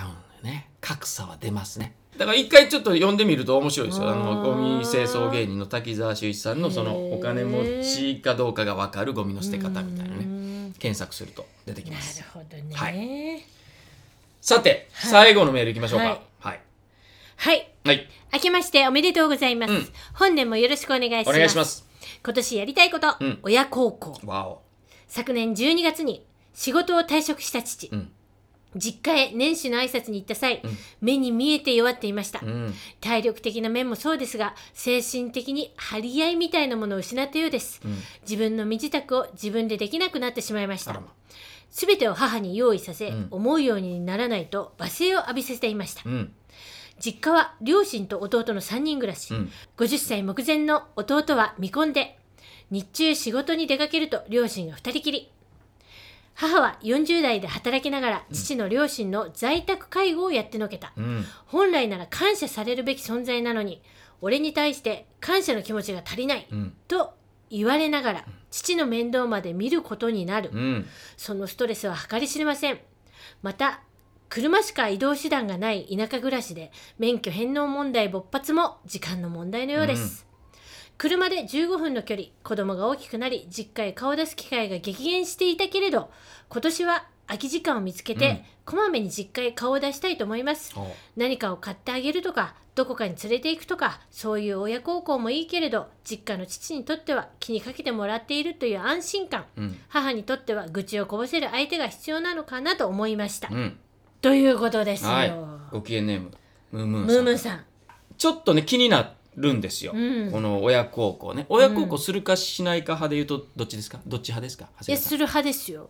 ね、格差は出ますね。だから一回ちょっと読んでみると面白いですよ。ゴミ清掃芸人の滝沢秀一さんのそのお金持ちかどうかが分かるゴミの捨て方みたいなね、検索すると出てきます。 なるほどね、 はい、さて、最後のメールいきましょうか。はいはい、明けましておめでとうございます、本年もよろしくお願いします。 お願いします。 今年やりたいこと、親孝行。昨年12月に仕事を退職した父、実家へ年始の挨拶に行った際、目に見えて弱っていました、体力的な面もそうですが、精神的に張り合いみたいなものを失ったようです、自分の身支度を自分でできなくなってしまいました。すべてを母に用意させ、思うようにならないと罵声を浴びせていました、実家は両親と弟の3人暮らし、50歳目前の弟は未婚で、日中仕事に出かけると両親が2人きり。母は40代で働きながら父の両親の在宅介護をやってのけた、本来なら感謝されるべき存在なのに、俺に対して感謝の気持ちが足りない、と言われながら父の面倒まで見ることになる、そのストレスは計り知れません。また車しか移動手段がない田舎暮らしで、免許返納問題勃発も時間の問題のようです、車で15分の距離、子供が大きくなり実家へ顔を出す機会が激減していたけれど、今年は空き時間を見つけて、こまめに実家へ顔を出したいと思います。何かを買ってあげるとか、どこかに連れて行くとか、そういう親孝行もいいけれど、実家の父にとっては気にかけてもらっているという安心感、母にとっては愚痴をこぼせる相手が必要なのかなと思いました、ということですよ。 ご機嫌ネームムームーさん、 ちょっとね気になるんですよ、この親孝行ね。親孝行するかしないか派で言うとどっちですか？どっち派ですか？ いや、する派ですよ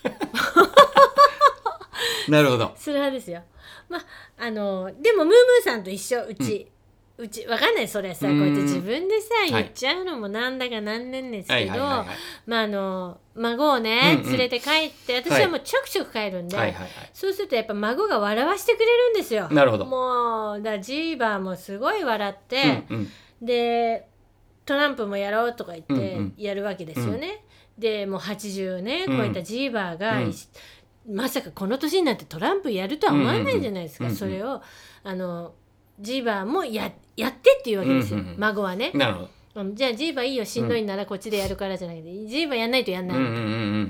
なるほど、 する派ですよ。でもムーさんと一緒、うちわかんない、それさ、こうやって自分でさ言っちゃうのもなんだかなんねんですけど、孫をね連れて帰って、私はもうちょくちょく帰るんで、そうするとやっぱ孫が笑わしてくれるんですよ。 なるほど。 もうジーバーもすごい笑って、でトランプもやろうとか言ってやるわけですよね、でもう80ね超えたジーバーが、まさかこの年になってトランプやるとは思わないじゃないですか、それをジーバーもやってっていうわけですよ、孫はね。 なるほど。 じゃあジーバーいいよ、しんどいならこっちでやるからじゃなくて、ジーバーやんないとやんない、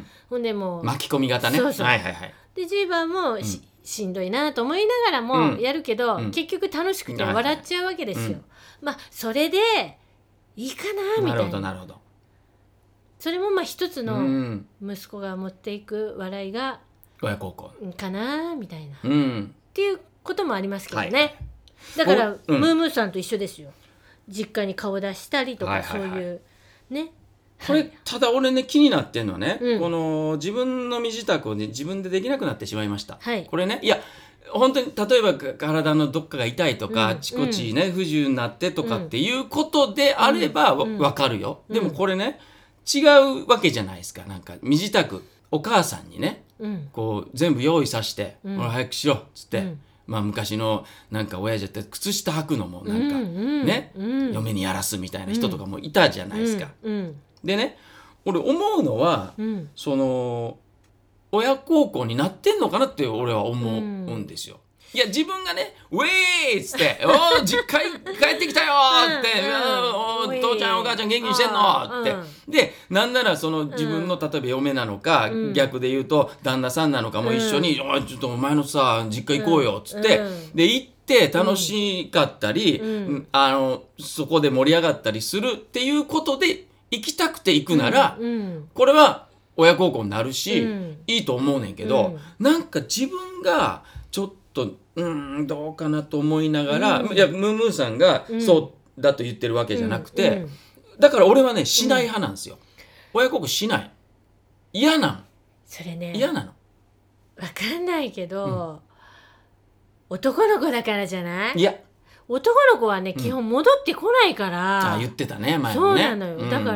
ほんでもう巻き込み型ね。 でジーバーもしんどいなと思いながらもやるけど、結局楽しくて笑っちゃうわけですよ、それでいいかなみたいな。 なるほど。 それも一つの息子が持っていく笑いが親孝行かなみたいな、っていうこともありますけどね、だから、ムーさんと一緒ですよ。実家に顔出したりとか、そういうね。 これ、ただ俺ね気になってるのはね、この自分の身支度をね自分でできなくなってしまいました、これね、いや本当に例えば体のどっかが痛いとか、あちこちね不自由になってとかっていうことであればわかるよ、でもこれね違うわけじゃないですか。なんか身支度、お母さんにね、こう全部用意させて、ほら早くしろっつって、昔のなんか親父って靴下履くのもなんかね、嫁にやらすみたいな人とかもいたじゃないですか、でね、俺思うのは、その親孝行になってんのかなって俺は思うんですよ。いや自分がねウェーイっつってお実家帰ってきたよって父ちゃんお母ちゃん元気にしてんのってで、なんならその自分の例えば嫁なのか、逆で言うと旦那さんなのかも一緒にちょっとお前のさ実家行こうよっつってで行って楽しかったり、そこで盛り上がったりするっていうことで行きたくて行くなら、これは親孝行になるし、いいと思うねんけど、なんか自分がちょっとどうかなと思いながら、いやムームーさんがそうだと言ってるわけじゃなくて、だから俺はねしない派なんですよ、親孝行しない。嫌なんそれね。 嫌なのわかんないけど、男の子だからじゃない？ いや男の子はね基本戻ってこないから、 言ってたね前もね。 そうなのよ、だから、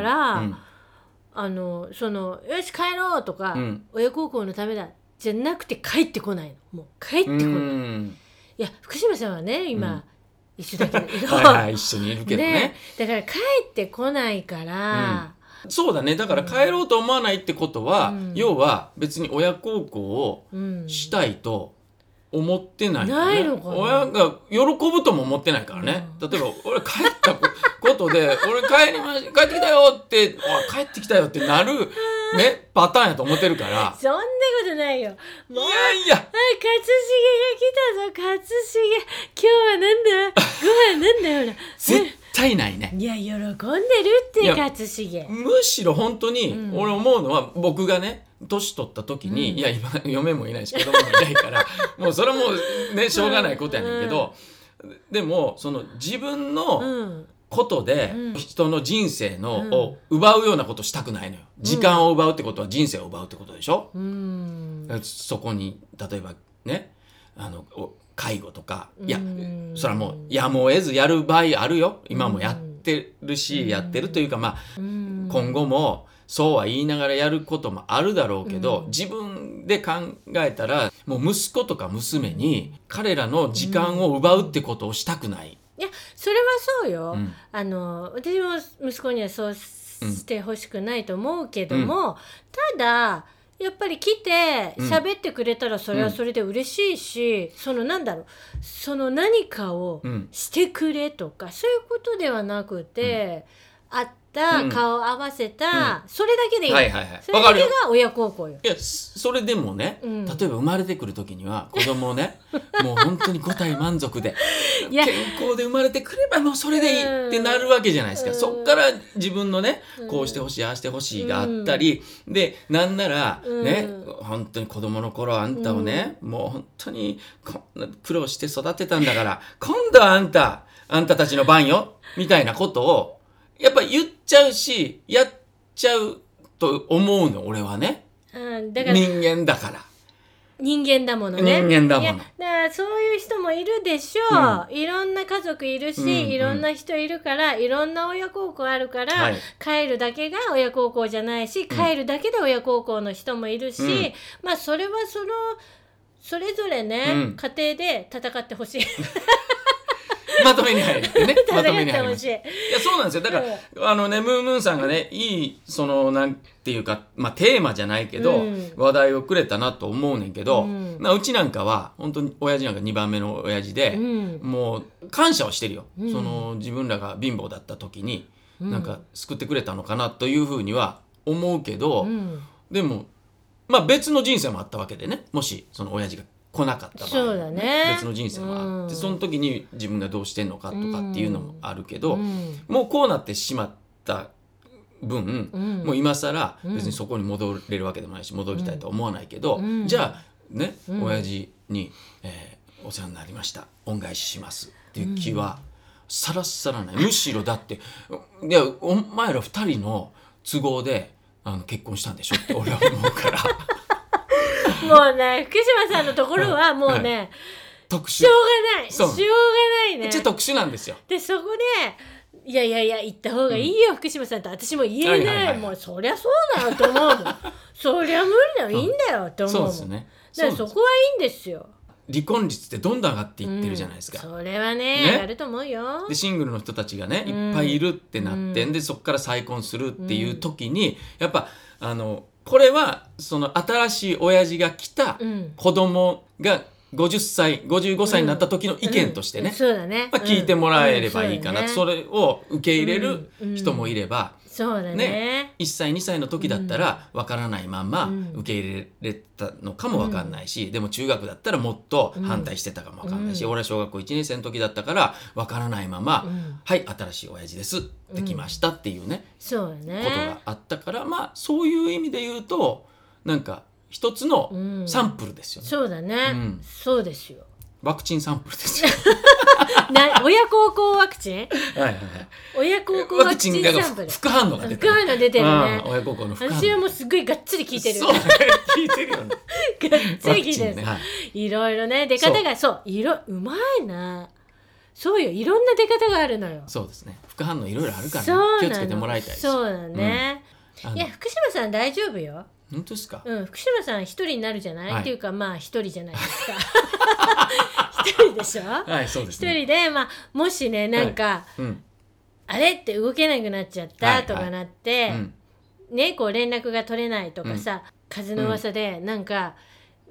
よし帰ろうとか、親孝行のためだじゃなくて帰ってこないの。もう帰ってこない。いや福島さんはね今、一緒だけど一緒にいるけどね。 だから帰ってこないから、 そうだね。だから帰ろうと思わないってことは、要は別に親孝行をしたいと思ってないよね。 ないのかな。 親が喜ぶとも思ってないからね、例えば俺帰ったことで俺帰ってきたよって帰ってきたよってなるねパターンやと思ってるからそんなことないよ。もういやいや、 一茂が来たぞ。一茂、今日はなんだご飯なんだほら絶対ないね。 いや喜んでるって一茂。 むしろ本当に俺思うのは、僕がね年取った時に、いや今嫁もいないし子供もいないからもうそれはもうねしょうがないことやねんけど、でもその自分のことで人の人生を奪うようなことしたくないのよ。時間を奪うってことは人生を奪うってことでしょ。そこに例えばね介護とか、いやそれはもうやむを得ずやる場合あるよ。今もやってるし、やってるというかまあ今後もそうは言いながらやることもあるだろうけど、自分で考えたらもう息子とか娘に彼らの時間を奪うってことをしたくない。 いやそれはそうよ、私も息子にはそうしてほしくないと思うけども、ただやっぱり来て喋ってくれたらそれはそれで嬉しいし、そのなんだろう、その何かをしてくれとか、そういうことではなくて、会った顔合わせた、それだけでいい、それだけが親孝行よ。 いやそれでもね、例えば生まれてくる時には子供をねもう本当に5体満足で健康で生まれてくればもうそれでいいってなるわけじゃないですか。そっから自分のねこうしてほしいああしてほしいがあったり、でなんならね、本当に子供の頃あんたをね、もう本当にこんな苦労して育てたんだから今度はあんたたちの番よみたいなことをやっぱ言っちゃうしやっちゃうと思うの俺はね、 だから人間だから人間だものね。 人間だもの。 いやだからそういう人もいるでしょう、いろんな家族いるし、いろんな人いるからいろんな親孝行あるから、帰るだけが親孝行じゃないし、帰るだけで親孝行の人もいるし、まあそれはそれぞれね、家庭で戦ってほしいまとめに入ってねまとめに入りました。 いやそうなんですよ。だからムームーンさんがねいいそのなんていうか、テーマじゃないけど、話題をくれたなと思うねんけど、うちなんかは本当に親父なんか2番目の親父で、もう感謝をしてるよ、その自分らが貧乏だった時になんか救ってくれたのかなというふうには思うけど、でも別の人生もあったわけでね、もしその親父が来なかった場合、別の人生もあって、その時に自分がどうしてんのかとかっていうのもあるけど、もうこうなってしまった分、もう今更別にそこに戻れるわけでもないし戻りたいとは思わないけど、じゃあね、親父に、お世話になりました恩返ししますっていう気はさらさらない。むしろだっていやお前ら2人の都合で結婚したんでしょって俺は思うからもうね福島さんのところはもうね、 特殊しょうがないしょうがないね。 めっちゃ特殊なんですよ。 でそこでいや行った方がいいよ、福島さんと私も言えない、もうそりゃそうだよと思うもんそりゃ無理だよ、いいんだよって思うもん。そうですね。だからそこはいいんですよ。 離婚率ってどんどん上がっていってるじゃないですか、 それはね上がると思うよ。 でシングルの人たちがねいっぱいいるってなって、でそこから再婚するっていう時に、やっぱこれはその新しい親父が来た子供が50歳55歳になった時の意見としてね、 そうだね、 聞いてもらえればいいかな、それを受け入れる人もいれば、 そうだね、 1歳2歳の時だったら分からないまんま受け入れれたのかも分かんないし、でも中学だったらもっと反対してたかも分かんないし、俺は小学校1年生の時だったから分からないまま、はい新しい親父ですってきましたっていうね、 そうだねことがあったから、そういう意味で言うとなんか一つのサンプルですよね、 そうだね、そうですよ。 ワクチンサンプルですよ親孝行ワクチンはいはい、 親孝行ワクチンサンプル、 副反応が出てる、 副反応出てるね、 親孝行の副反応。 私はもうすっごいがっつり聞いてる、 そう聞いてるよねがっつり聞いてる、いろいろね出方がうまいな、そうよ、いろんな出方があるのよ。 そうですね、副反応いろいろあるから、気をつけてもらいたいです。 そうだね、いや福島さん大丈夫よ。 本当ですか？ 福島さん一人になるじゃない、っていうか一人じゃないですか一人でしょ。 はい、そうですね。 一人でもしねなんか、あれって動けなくなっちゃったとかなって、ねこう連絡が取れないとかさ、風の噂でなんか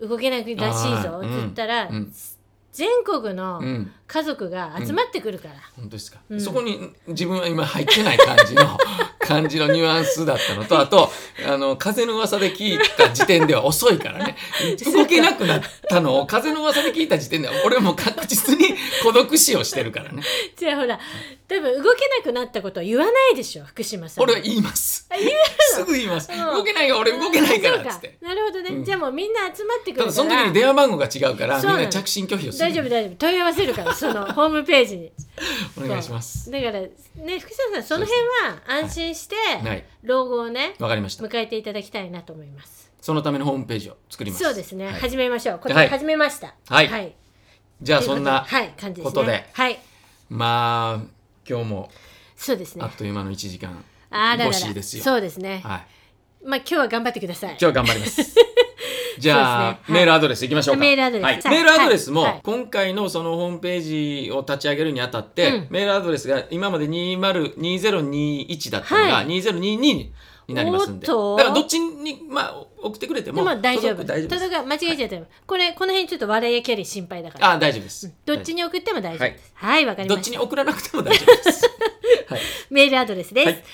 動けなくらしいぞって言ったら、全国の家族が集まってくるから、 本当ですか、そこに自分は今入ってない感じのニュアンスだったのと、あと風の噂で聞いた時点では遅いからね動けなくなったのを風の噂で聞いた時点では俺も確実に孤独死をしてるからね。 じゃあほら多分動けなくなったことは言わないでしょ福島さん。 俺は言います。すぐ言います。動けないよ俺動けないからっつって。 なるほどね、じゃあもうみんな集まってくるから。ただその時に電話番号が違うからみんな着信拒否をする。 大丈夫問い合わせるからそのホームページにお願いします。 だからね福島さんその辺は安心して老後をね、 わかりました、 迎えていただきたいなと思います。 そのためのホームページを作ります。 そうですね、始めましょう。こちら始めました。 はい、じゃあそんなことで、まあ今日もそうですね、 あっという間の1時間欲しいですよ。 そうですね、まあ今日は頑張ってください。 今日は頑張りますじゃあ、メールアドレスいきましょうか。 メールアドレス、 メールアドレスも今回のそのホームページを立ち上げるにあたって、メールアドレスが今まで2021だったのが2022になりますんで、だからどっちに送ってくれても大丈夫。ただが間違えちゃったよ。この辺ちょっと笑いやキャリー心配だから。 大丈夫です。 どっちに送っても大丈夫です。はい、わかりました。 どっちに送らなくても大丈夫です。 メールアドレスです。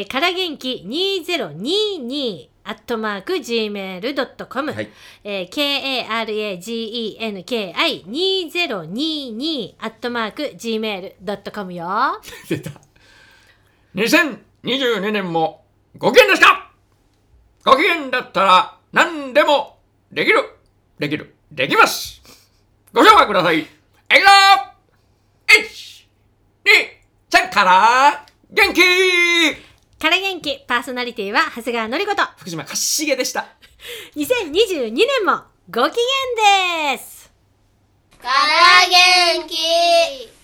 から元気2022@gmail.com、KARAGENKI2022 @gmail.com よ。 出た。2022年もご機嫌ですか？ご機嫌だったら何でもできます。ご紹介ください。いくぞ !1、2、3 から元気から元気パーソナリティは長谷川のりこと福島かしげでした。 2022年もご機嫌です。 から元気